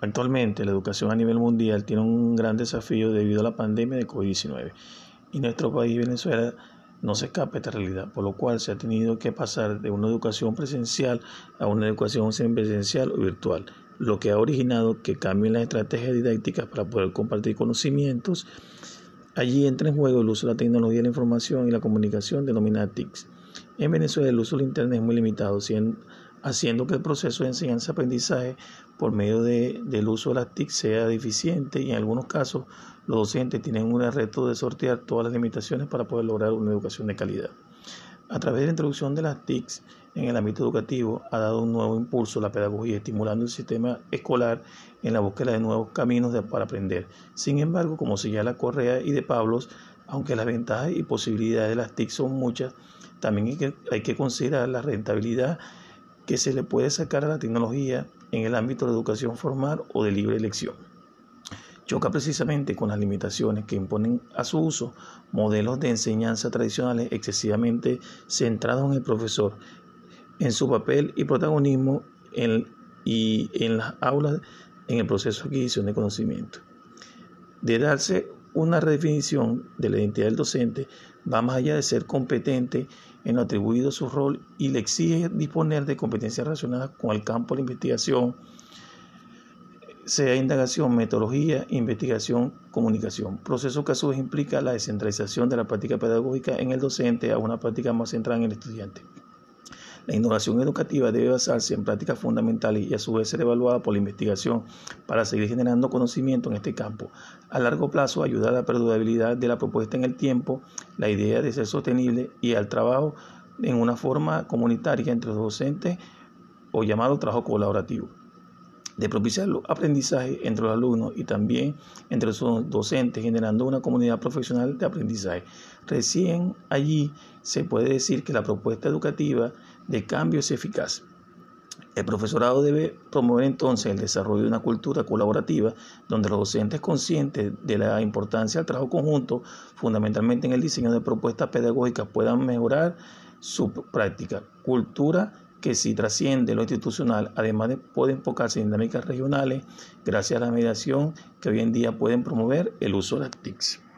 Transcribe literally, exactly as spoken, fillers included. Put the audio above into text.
Actualmente, la educación a nivel mundial tiene un gran desafío debido a la pandemia de COVID diecinueve y nuestro país, Venezuela, no se escapa de esta realidad, por lo cual se ha tenido que pasar de una educación presencial a una educación semipresencial o virtual, lo que ha originado que cambien las estrategias didácticas para poder compartir conocimientos. Allí entra en juego el uso de la tecnología de la información y la comunicación denominada T I Cs. En Venezuela el uso del Internet es muy limitado, siendo, haciendo que el proceso de enseñanza-aprendizaje por medio de, del uso de las T I C sea deficiente y en algunos casos los docentes tienen un reto de sortear todas las limitaciones para poder lograr una educación de calidad. A través de la introducción de las T I C en el ámbito educativo ha dado un nuevo impulso a la pedagogía, estimulando el sistema escolar en la búsqueda de nuevos caminos de, para aprender. Sin embargo, como señala Correa y de Pablos, aunque las ventajas y posibilidades de las T I C son muchas, también hay que, hay que considerar la rentabilidad que se le puede sacar a la tecnología en el ámbito de educación formal o de libre elección. Choca precisamente con las limitaciones que imponen a su uso modelos de enseñanza tradicionales excesivamente centrados en el profesor, en su papel y protagonismo en, y en las aulas en el proceso de adquisición de conocimiento. De darse una redefinición de la identidad del docente, va más allá de ser competente en lo atribuido a su rol y le exige disponer de competencias relacionadas con el campo de la investigación, sea indagación, metodología, investigación, comunicación, proceso que a su vez implica la descentralización de la práctica pedagógica en el docente a una práctica más centrada en el estudiante. La innovación educativa debe basarse en prácticas fundamentales y a su vez ser evaluada por la investigación para seguir generando conocimiento en este campo. A largo plazo, ayudar a la perdurabilidad de la propuesta en el tiempo, la idea de ser sostenible y al trabajo en una forma comunitaria entre los docentes o llamado trabajo colaborativo, de propiciar los aprendizajes entre los alumnos y también entre los docentes, generando una comunidad profesional de aprendizaje. Recién allí se puede decir que la propuesta educativa de cambio es eficaz. El profesorado debe promover entonces el desarrollo de una cultura colaborativa donde los docentes conscientes de la importancia del trabajo conjunto, fundamentalmente en el diseño de propuestas pedagógicas, puedan mejorar su práctica. Cultura que si trasciende lo institucional, además de, puede enfocarse en dinámicas regionales gracias a la mediación que hoy en día pueden promover el uso de las T I C.